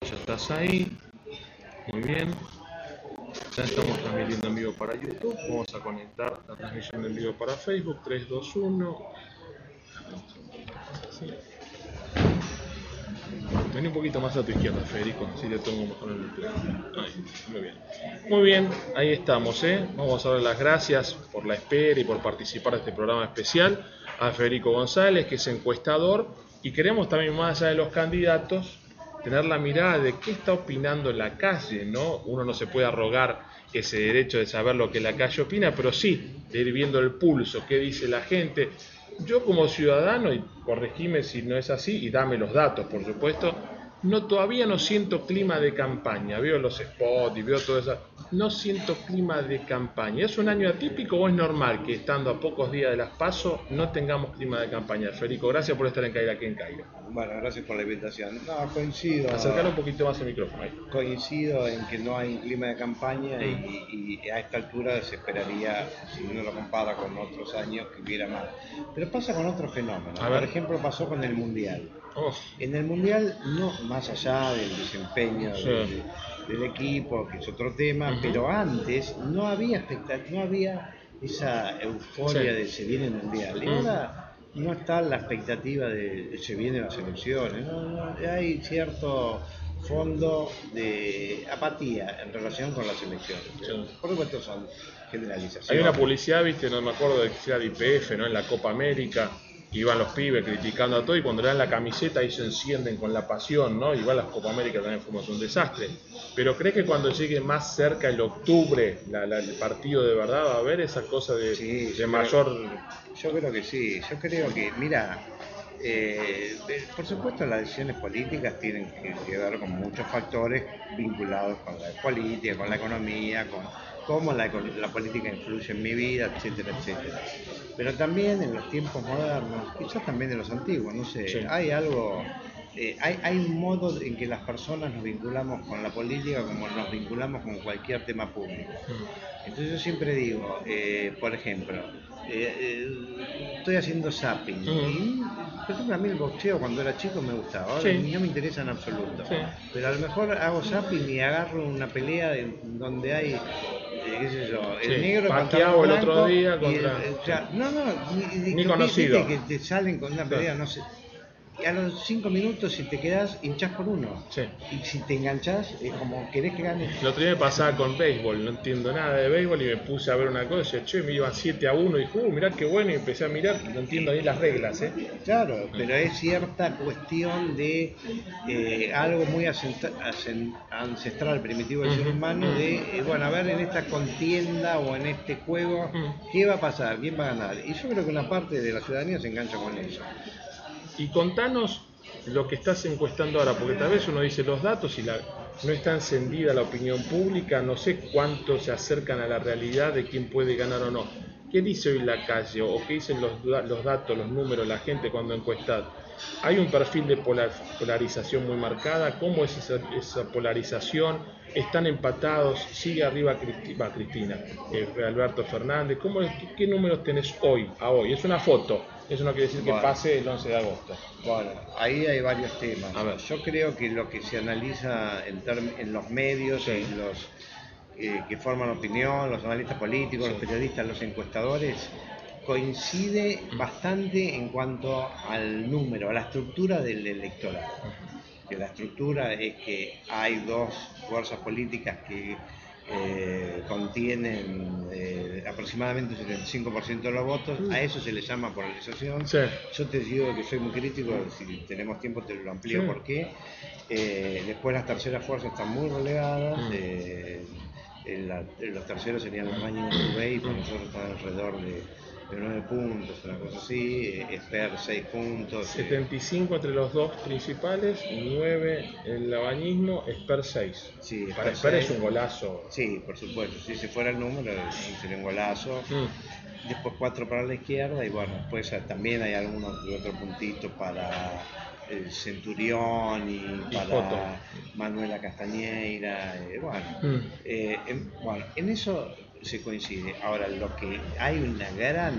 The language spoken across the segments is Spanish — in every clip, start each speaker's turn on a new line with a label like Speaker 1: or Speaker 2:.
Speaker 1: ya estás ahí. Muy bien. Ya estamos transmitiendo en vivo para YouTube. Vamos a conectar la transmisión en vivo para Facebook. 3, 2, 1. Así. Vení un poquito más a tu izquierda, Federico, así te tengo mejor en el teléfono. Ahí, muy bien. Muy bien, ahí estamos, Vamos a dar las gracias por la espera y por participar de este programa especial a Federico González, que es encuestador, y queremos también, más allá de los candidatos, tener la mirada de qué está opinando la calle, ¿no? Uno no se puede arrogar ese derecho de saber lo que la calle opina, pero sí de ir viendo el pulso, qué dice la gente. Yo como ciudadano, y corregime si no es así, y dame los datos, por supuesto, todavía no siento clima de campaña. Veo los spots y veo todo eso. No siento clima de campaña. ¿Es un año atípico o es normal que estando a pocos días de las PASO no tengamos clima de campaña? Federico, gracias por estar aquí en Cairo.
Speaker 2: Bueno, gracias por la invitación. No, coincido.
Speaker 1: Acercar un poquito más el micrófono ahí.
Speaker 2: Coincido en que no hay clima de campaña y a esta altura se esperaría, si uno lo compara con otros años, que hubiera más. Pero pasa con otros fenómenos. Por ejemplo, pasó con el Mundial. En el Mundial, no más allá del desempeño del equipo, que es otro tema, pero antes no había no había esa euforia de se viene el Mundial. Y ahora no está la expectativa de se vienen las elecciones, no, hay cierto fondo de apatía en relación con las elecciones. Por supuesto son generalizaciones.
Speaker 1: Hay una publicidad, viste, no me acuerdo de que sea de IPF, ¿no? En la Copa América, iban los pibes criticando a todo y cuando le dan la camiseta ahí se encienden con la pasión, ¿no? Igual las Copa América también fuimos un desastre. Pero ¿crees que cuando llegue más cerca el octubre, el partido de verdad va a haber esa cosa de mayor...
Speaker 2: Yo creo que sí, yo creo que, mira, por supuesto las decisiones políticas tienen que ver con muchos factores vinculados con la política, con la economía, con cómo la política influye en mi vida, etcétera, etcétera. Pero también en los tiempos modernos, quizás también en los antiguos, no sé, hay algo... hay un modo en que las personas nos vinculamos con la política como nos vinculamos con cualquier tema público. Entonces yo siempre digo, por ejemplo, estoy haciendo zapping y, por ejemplo, a mí el boxeo cuando era chico me gustaba, ahora no me interesa en absoluto, pero a lo mejor hago zapping y agarro una pelea donde hay qué sé yo, el negro
Speaker 1: Pacquiao el otro día contra...
Speaker 2: ni
Speaker 1: conocido.
Speaker 2: Que te salen con una pelea, no sé. Y a los 5 minutos, si te quedás, hinchás por uno. Y si te enganchás, es como querés que gane.
Speaker 1: El otro día me pasaba con béisbol, no entiendo nada de béisbol y me puse a ver una cosa y che, me iban 7-1 y dije, mirá qué bueno, y empecé a mirar, no entiendo ni las reglas,
Speaker 2: Claro, pero es cierta cuestión de algo muy ancestral, primitivo del ser humano, de, bueno, a ver en esta contienda o en este juego, ¿qué va a pasar? ¿Quién va a ganar? Y yo creo que una parte de la ciudadanía se engancha con eso.
Speaker 1: Y contanos lo que estás encuestando ahora, porque tal vez uno dice los datos y no está encendida la opinión pública, no sé cuánto se acercan a la realidad de quién puede ganar o no. ¿Qué dice hoy la calle o qué dicen los datos, los números, la gente cuando encuesta? ¿Hay un perfil de polarización muy marcada? ¿Cómo es esa polarización? ¿Están empatados? ¿Sigue arriba Cristina? Alberto Fernández. ¿Qué números tenés hoy, a hoy? Es una foto. Eso no quiere decir que pase el 11 de agosto.
Speaker 2: Bueno, ahí hay varios temas. A ver, yo creo que lo que se analiza en los medios, en los que forman opinión, los analistas políticos, los periodistas, los encuestadores, coincide bastante en cuanto al número, a la estructura del electorado. Que la estructura es que hay dos fuerzas políticas que contienen aproximadamente el 75% de los votos, a eso se le llama polarización. Yo te digo que soy muy crítico, si tenemos tiempo te lo amplío por qué. Después las terceras fuerzas están muy relegadas, los terceros serían la Maña y Urtubey, y por nosotros están alrededor de 9 puntos, una cosa así, Esper 6 puntos.
Speaker 1: 75 entre los dos principales, 9 el labañismo, Esper 6.
Speaker 2: Sí,
Speaker 1: para Esper es un golazo.
Speaker 2: Sí, por supuesto, si se fuera el número sería un golazo. Después 4 para la izquierda y bueno, después también hay algunos otro puntito para el Centurión y para Manuela Castañeira. Bueno, en eso se coincide. Ahora, lo que hay una gran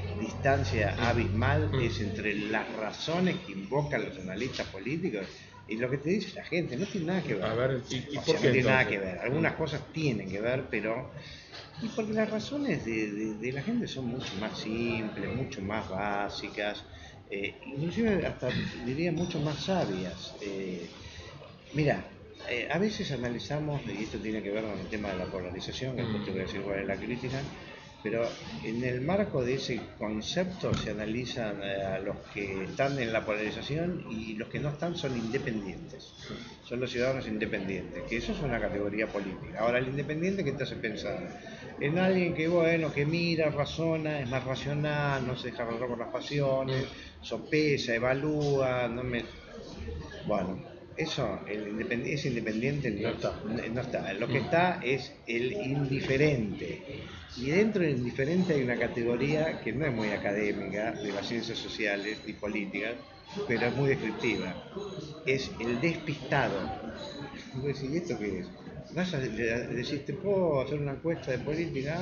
Speaker 2: distancia abismal es entre las razones que invocan los analistas políticos Y lo que te dice la gente no tiene nada que ver.
Speaker 1: A ver, ¿y
Speaker 2: O
Speaker 1: por
Speaker 2: sea,
Speaker 1: qué
Speaker 2: no tiene nada
Speaker 1: entonces?
Speaker 2: que ver. Algunas cosas tienen que ver, pero... Y porque las razones de la gente son mucho más simples, mucho más básicas, inclusive hasta diría mucho más sabias. Mira, a veces analizamos, y esto tiene que ver con el tema de la polarización, que después te voy a decir cuál es la crítica, pero en el marco de ese concepto se analizan a los que están en la polarización y los que no están son independientes, son los ciudadanos independientes, que eso es una categoría política. Ahora, el independiente, ¿qué te hace pensar? En alguien que, bueno, que mira, razona, es más racional, no se deja arrastrar por las pasiones, sopesa, evalúa, no me... Bueno, eso, ese independiente
Speaker 1: No está.
Speaker 2: no está. Lo que está es el indiferente. Y dentro del indiferente hay una categoría que no es muy académica, de las ciencias sociales y políticas, pero es muy descriptiva. Es el despistado. Y vos decís, ¿y esto qué es? Vas a decir, ¿te puedo hacer una encuesta de política?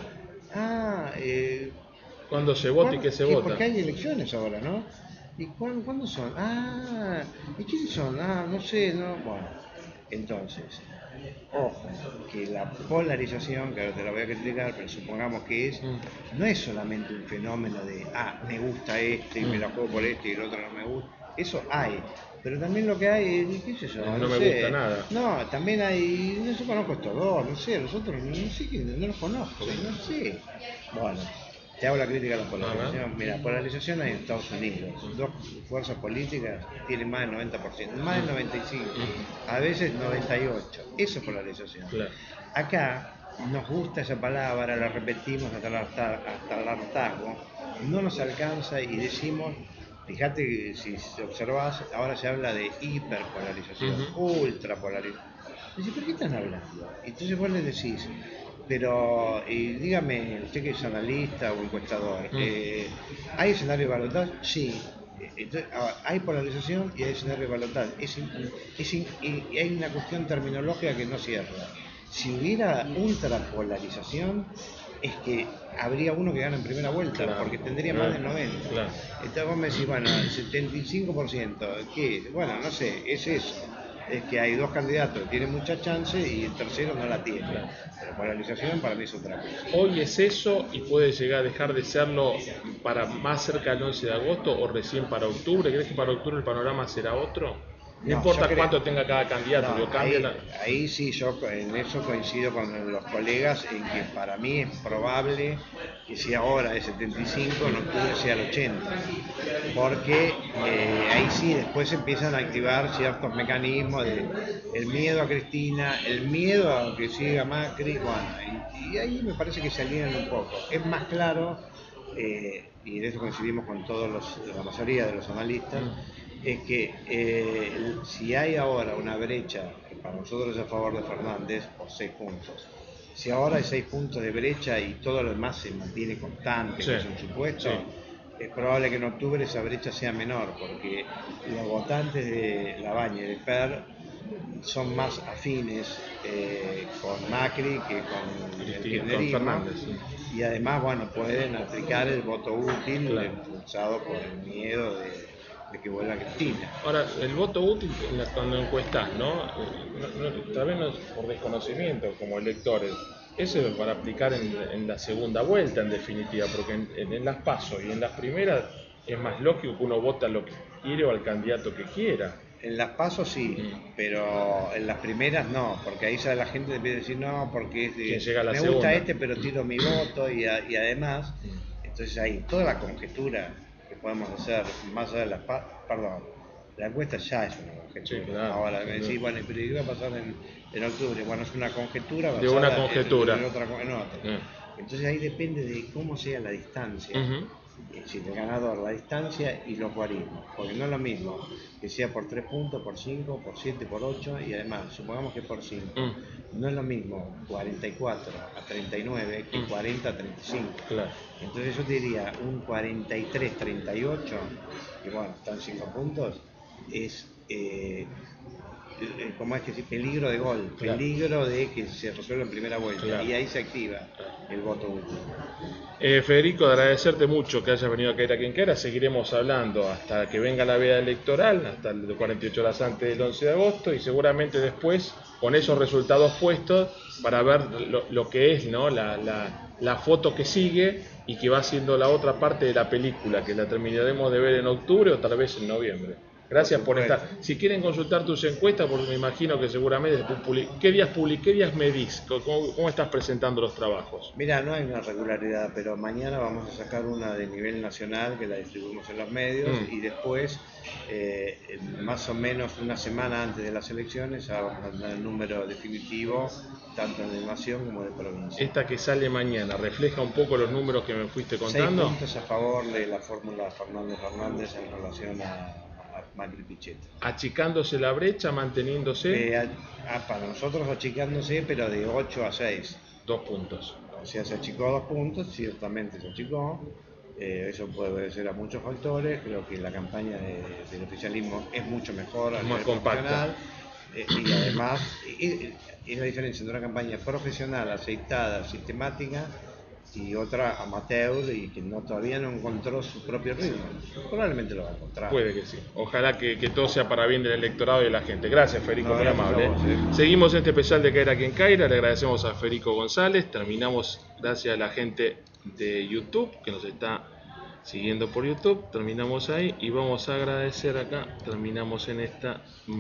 Speaker 2: Ah,
Speaker 1: ¿Cuándo se vota y qué se vota?
Speaker 2: porque hay elecciones ahora, ¿no? ¿Y cuándo son? Ah, ¿y quiénes son? Ah, no sé, no. Bueno, entonces, ojo, que la polarización, que ahora te la voy a explicar, pero supongamos que no es solamente un fenómeno de, me gusta este y me la juego por este y el otro no me gusta. Eso hay, pero también lo que hay, qué sé yo,
Speaker 1: No me
Speaker 2: sé.
Speaker 1: gusta nada.
Speaker 2: No, también hay, yo conozco estos dos, no sé, los otros no sé, no los conozco, no sé. Bueno, te hago la crítica a la polarización. Mira, polarización hay en Estados Unidos. Dos fuerzas políticas tienen más del 90%, más del 95%, a veces 98%. Eso es polarización.
Speaker 1: Claro.
Speaker 2: Acá nos gusta esa palabra, la repetimos hasta el hartazgo, no nos alcanza y decimos, fíjate que si observás, ahora se habla de hiperpolarización, ultrapolarización. Dice, ¿por qué están hablando? Entonces vos le decís, pero dígame, usted que es analista o encuestador, ¿hay escenario de balotaje? Sí. Entonces, hay polarización y hay escenario de balotaje. Y hay una cuestión terminológica que no cierra. Si hubiera ultrapolarización, es que habría uno que gana en primera vuelta,
Speaker 1: Claro,
Speaker 2: porque tendría más del 90%.
Speaker 1: Claro.
Speaker 2: Entonces vos me decís, bueno, el 75%, ¿qué? Bueno, no sé, es eso. Es que hay dos candidatos que tienen mucha chance y el tercero no la tiene.
Speaker 1: Claro.
Speaker 2: Pero polarización para mí es otra cosa.
Speaker 1: ¿Hoy es eso y puede llegar a dejar de serlo para más cerca del 11 de agosto o recién para octubre? ¿Crees que para octubre el panorama será otro? No importa cuánto tenga cada candidato,
Speaker 2: no,
Speaker 1: cambia
Speaker 2: ahí sí, yo en eso coincido con los colegas en que para mí es probable que si ahora es 75, en octubre sea el 80, porque ahí sí después empiezan a activar ciertos mecanismos de el miedo a Cristina, el miedo a que siga Macri, bueno, y ahí me parece que se alinean un poco. Es más claro, y en eso coincidimos con la mayoría de los analistas, es que si hay ahora una brecha, que para nosotros es a favor de Fernández, por 6 puntos, si ahora hay 6 puntos de brecha y todo lo demás se mantiene constante, que es un supuesto, es probable que en octubre esa brecha sea menor, porque los votantes de Labaña y de Per son más afines con Macri que con el kirchnerismo, y además, bueno, pueden aplicar el voto útil impulsado por el miedo de que vuelva Cristina.
Speaker 1: Ahora, el voto útil cuando encuestas, ¿no? Tal vez no es por desconocimiento como electores, eso es para aplicar en la segunda vuelta en definitiva, porque en las PASO y en las primeras es más lógico que uno vota lo que quiere o al candidato que quiera.
Speaker 2: En las PASO sí, pero en las primeras no, porque ahí la gente empieza a decir no, porque me gusta este pero tiro mi voto y además, entonces ahí toda la conjetura que podemos hacer más allá de las PASO, perdón, la encuesta ya es una conjetura.
Speaker 1: Sí, claro,
Speaker 2: ahora me decís, bueno, pero ¿qué va a pasar en octubre? Bueno, es una conjetura basada
Speaker 1: de una conjetura.
Speaker 2: en otra. Entonces ahí depende de cómo sea la distancia. Es decir, el ganador, la distancia y los guarismos, porque no es lo mismo que sea por 3 puntos, por 5, por 7, por 8 y además, supongamos que por 5, no es lo mismo 44 a 39 que 40 a 35.
Speaker 1: Claro.
Speaker 2: Entonces yo te diría un 43-38, que bueno, están 5 puntos, es como es que sí, peligro de gol,
Speaker 1: Claro.
Speaker 2: peligro de que se resuelva en primera vuelta,
Speaker 1: Claro.
Speaker 2: y ahí se activa el voto útil.
Speaker 1: Federico, agradecerte mucho que hayas venido a caer a quien quiera. Seguiremos hablando hasta que venga la veda electoral, hasta el 48 horas antes del 11 de agosto y seguramente después con esos resultados puestos para ver lo que es, ¿no? la foto que sigue y que va siendo la otra parte de la película, que la terminaremos de ver en octubre o tal vez en noviembre. Gracias por estar. Si quieren consultar tus encuestas, porque me imagino que seguramente ¿qué días medís? ¿Cómo estás presentando los trabajos?
Speaker 2: Mira, no hay una regularidad, pero mañana vamos a sacar una de nivel nacional que la distribuimos en los medios y después, más o menos una semana antes de las elecciones, vamos a tener el número definitivo, tanto de nación como de provincia.
Speaker 1: Esta que sale mañana, ¿refleja un poco los números que me fuiste
Speaker 2: 6
Speaker 1: contando?
Speaker 2: puntos a favor de la fórmula Fernández en relación a Macri Pichetto.
Speaker 1: Achicándose la brecha, manteniéndose.
Speaker 2: Para nosotros achicándose, pero de 8 a 6.
Speaker 1: 2 puntos.
Speaker 2: O sea, se achicó 2 puntos, ciertamente se achicó. Eso puede obedecer a muchos factores. Creo que la campaña del oficialismo es mucho mejor, a
Speaker 1: Más
Speaker 2: nivel
Speaker 1: compacta.
Speaker 2: profesional. Y además, es la diferencia entre una campaña profesional, aceitada, sistemática, y otra amateur y que todavía no encontró su propio ritmo. Probablemente lo va a encontrar.
Speaker 1: Puede que sí. Ojalá que todo sea para bien del electorado y de la gente. Gracias, Federico, muy amable.
Speaker 2: Vos,
Speaker 1: Seguimos este especial de Caer a quien Caira. Le agradecemos a Federico González. Terminamos gracias a la gente de YouTube que nos está siguiendo por YouTube. Terminamos ahí y vamos a agradecer acá. Terminamos en esta